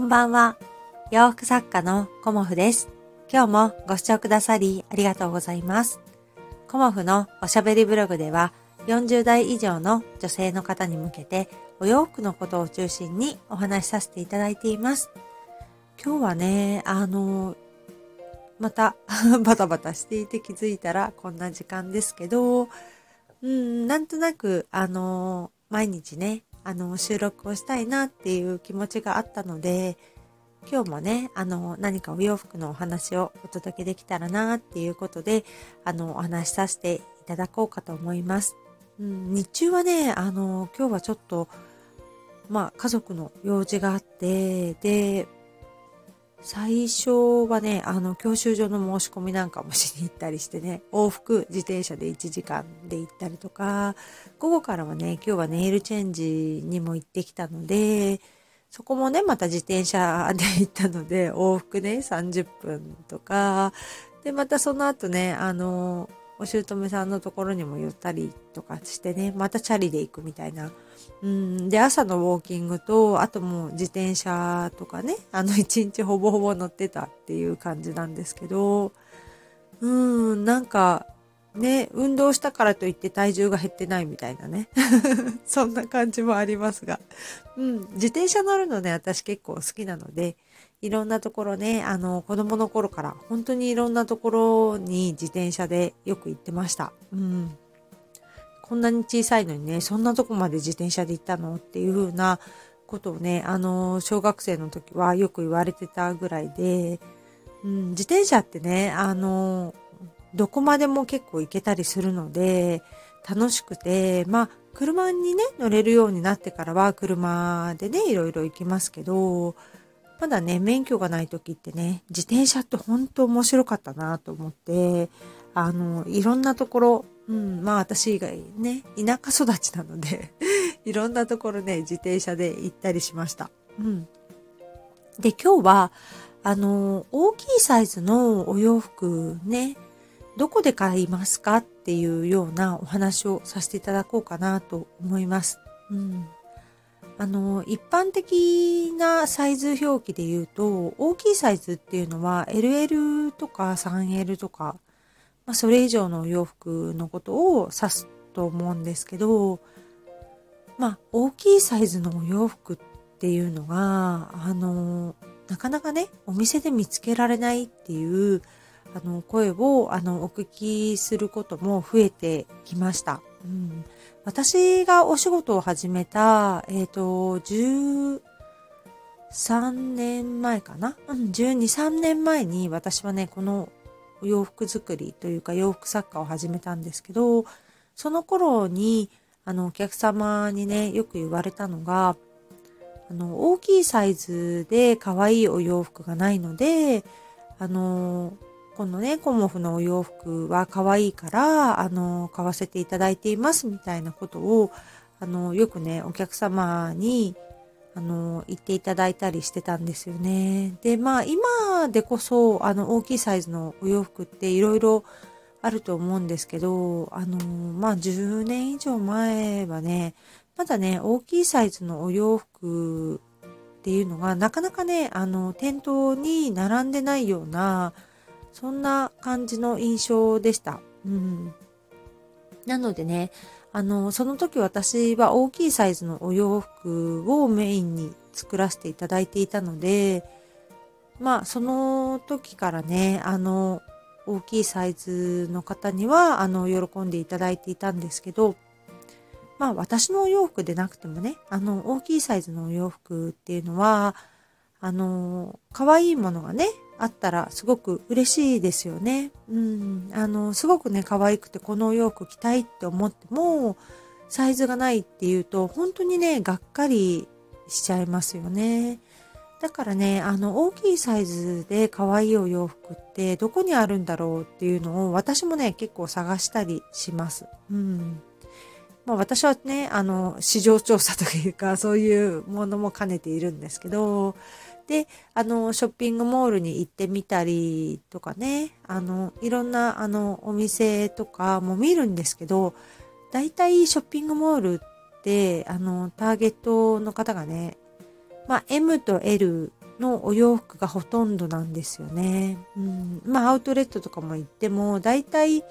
んばんは。洋服作家のコモフです。今日もご視聴くださりありがとうございます。コモフのおしゃべりブログでは40代以上の女性の方に向けてお洋服のことを中心にお話しさせていただいています。今日はね、またバタバタしていて気づいたらこんな時間ですけど、なんとなく毎日ね、収録をしたいなっていう気持ちがあったので、今日もね、何かお洋服のお話をお届けできたらなっていうことで、お話しさせていただこうかと思います。日中はね、今日はちょっと、家族の用事があって、で、最初はね、教習所の申し込みなんかもしに行ったりしてね、往復自転車で1時間で行ったりとか、午後からはね、今日はネイルチェンジにも行ってきたので、そこもね、また自転車で行ったので、往復ね、30分とか、で、またその後ね、お姑さんのところにも寄ったりとかしてね、またチャリで行くみたいな。で、朝のウォーキングと、あともう自転車とかね、一日ほぼほぼ乗ってたっていう感じなんですけど、なんか、ね、運動したからといって体重が減ってないみたいなね。そんな感じもありますが。自転車乗るのね、私結構好きなので、いろんなところね、子供の頃から本当にいろんなところに自転車でよく行ってました。こんなに小さいのにね、そんなとこまで自転車で行ったのっていう風なことをね、小学生の時はよく言われてたぐらいで、自転車ってね、どこまでも結構行けたりするので、楽しくて、車にね、乗れるようになってからは車でね、いろいろ行きますけど、まだね、免許がない時ってね、自転車って本当面白かったなと思って、いろんなところ、私以外ね、田舎育ちなのでいろんなところね、自転車で行ったりしました。で、今日は、大きいサイズのお洋服ね、どこで買いますかっていうようなお話をさせていただこうかなと思います。一般的なサイズ表記で言うと、大きいサイズっていうのは LL とか 3L とか、それ以上のお洋服のことを指すと思うんですけど、大きいサイズのお洋服っていうのが、なかなかね、お店で見つけられないっていう、声を、お聞きすることも増えてきました。私がお仕事を始めた、13年前かな12、3年前に私はね、このお洋服作りというか洋服作家を始めたんですけど、その頃に、お客様にね、よく言われたのが、大きいサイズで可愛いお洋服がないので、このね、コモフのお洋服は可愛いから、買わせていただいていますみたいなことを、よくね、お客様に、言っていただいたりしてたんですよね。で、今でこそ、大きいサイズのお洋服っていろいろあると思うんですけど、10年以上前はね、まだね、大きいサイズのお洋服っていうのがなかなかね、店頭に並んでないような、そんな感じの印象でした。なのでね、その時私は大きいサイズのお洋服をメインに作らせていただいていたので、その時からね、大きいサイズの方には、喜んでいただいていたんですけど、私のお洋服でなくてもね、大きいサイズのお洋服っていうのは、可愛いものがね、あったらすごく嬉しいですよね。すごくね、可愛くてこのお洋服着たいって思っても、サイズがないっていうと、本当にね、がっかりしちゃいますよね。だからね、大きいサイズで可愛いお洋服ってどこにあるんだろうっていうのを私もね、結構探したりします。私はね、市場調査というか、そういうものも兼ねているんですけど、で、ショッピングモールに行ってみたりとかね、いろんな、お店とかも見るんですけど、だいたいショッピングモールって、ターゲットの方がね、M と L のお洋服がほとんどなんですよね。アウトレットとかも行ってもだいたい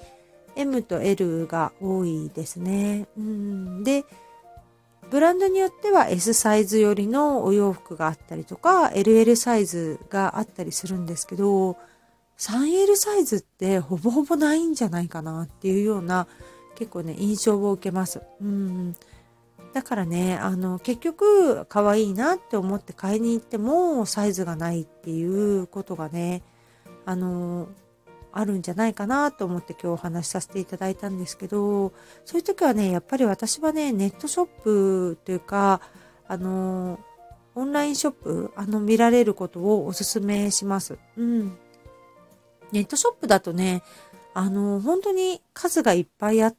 M と L が多いですね。で、ブランドによっては S サイズよりのお洋服があったりとか LL サイズがあったりするんですけど、3L サイズってほぼほぼないんじゃないかなっていうような結構ね印象を受けます。だからね、結局可愛いなって思って買いに行ってもサイズがないっていうことがね、あるんじゃないかなと思って今日お話しさせていただいたんですけど、そういう時はね、やっぱり私はね、ネットショップというか、オンラインショップ、見られることをお勧めします。ネットショップだとね、本当に数がいっぱいあって、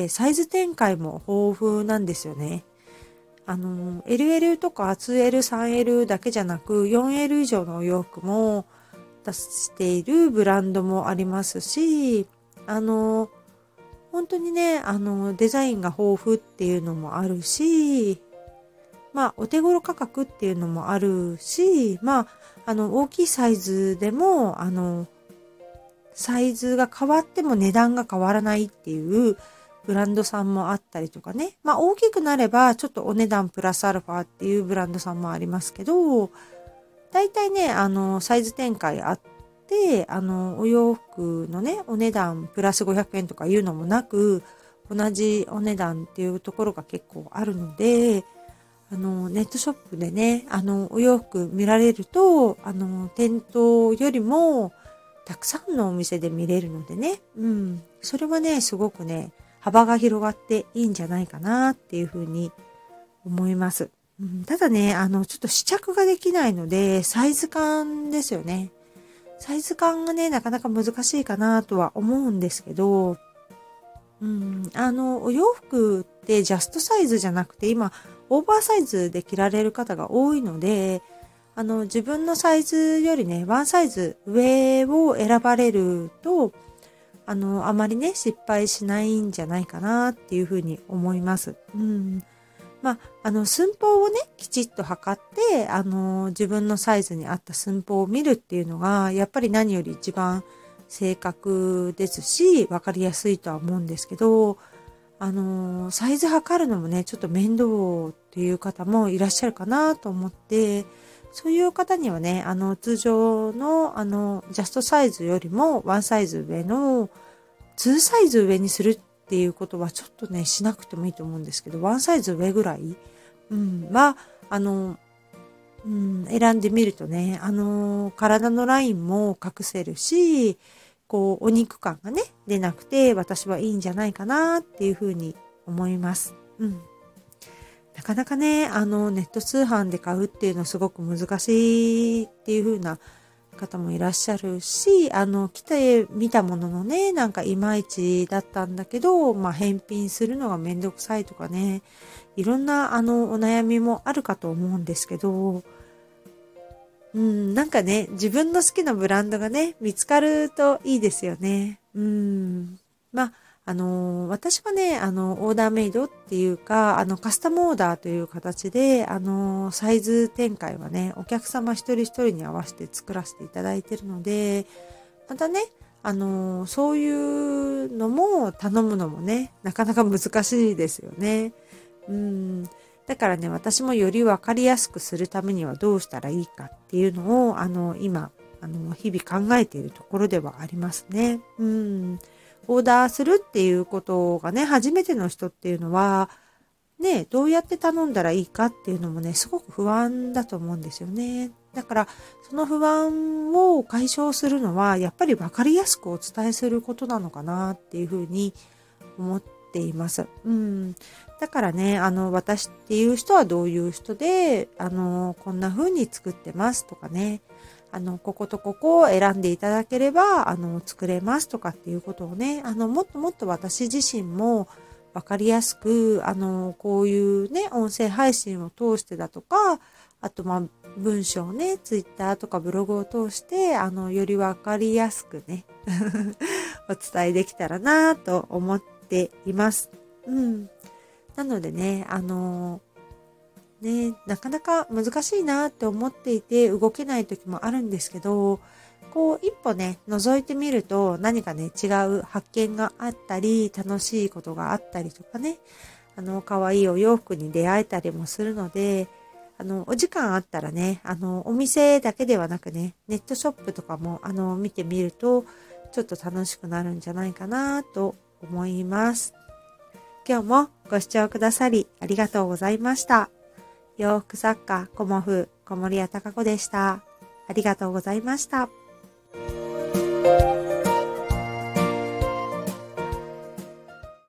サイズ展開も豊富なんですよね。LL とか 2L、3L だけじゃなく、4L 以上のお洋服も出しているブランドもありますし、本当にね、デザインが豊富っていうのもあるし、お手頃価格っていうのもあるし、大きいサイズでも、サイズが変わっても値段が変わらないっていうブランドさんもあったりとかね。大きくなればちょっとお値段プラスアルファっていうブランドさんもありますけど、大体ね、サイズ展開あって、お洋服のね、お値段プラス500円とかいうのもなく、同じお値段っていうところが結構あるので、ネットショップでね、お洋服見られると、店頭よりも、たくさんのお店で見れるのでね、それはね、すごくね、幅が広がっていいんじゃないかなっていうふうに思います。ただね、ちょっと試着ができないので、サイズ感ですよね。サイズ感がね、なかなか難しいかなとは思うんですけど、お洋服ってジャストサイズじゃなくて、今、オーバーサイズで着られる方が多いので、自分のサイズよりね、ワンサイズ上を選ばれると、あまりね、失敗しないんじゃないかなっていうふうに思います。寸法をね、きちっと測って、自分のサイズに合った寸法を見るっていうのが、やっぱり何より一番正確ですし、わかりやすいとは思うんですけど、サイズ測るのもね、ちょっと面倒っていう方もいらっしゃるかなと思って、そういう方にはね、通常の、ジャストサイズよりもワンサイズ上の、ツーサイズ上にするっていうことはちょっとね、しなくてもいいと思うんですけど、ワンサイズ上ぐらい、は、選んでみるとね、体のラインも隠せるし、こう、お肉感がね、出なくて、私はいいんじゃないかなっていうふうに思います。なかなかね、ネット通販で買うっていうのすごく難しいっていう風な方もいらっしゃるし、来てみたもののね、なんかいまいちだったんだけど、返品するのがめんどくさいとかね、いろんなお悩みもあるかと思うんですけど、なんかね、自分の好きなブランドがね、見つかるといいですよね。私はね、オーダーメイドっていうか、カスタムオーダーという形で、サイズ展開はね、お客様一人一人に合わせて作らせていただいてるので、またね、そういうのも頼むのもね、なかなか難しいですよね。だからね、私もよりわかりやすくするためにはどうしたらいいかっていうのを、今、日々考えているところではありますね。オーダーするっていうことがね、初めての人っていうのは、ね、どうやって頼んだらいいかっていうのもね、すごく不安だと思うんですよね。だから、その不安を解消するのは、やっぱりわかりやすくお伝えすることなのかなっていうふうに思っています。だからね、私っていう人はどういう人で、こんな風に作ってますとかね、こことここを選んでいただければ、作れますとかっていうことをね、もっともっと私自身もわかりやすく、こういうね、音声配信を通してだとか、あと、文章をね、ツイッターとかブログを通して、よりわかりやすくね、お伝えできたらなと思っています。なのでね、 ね、なかなか難しいなって思っていて動けない時もあるんですけど、こう一歩ね、覗いてみると何かね、違う発見があったり、楽しいことがあったりとかね、可愛いお洋服に出会えたりもするので、お時間あったらね、お店だけではなくね、ネットショップとかも、見てみると、ちょっと楽しくなるんじゃないかなと思います。今日もご視聴くださりありがとうございました。洋服作家、コモフ、小森屋隆子でした。ありがとうございました。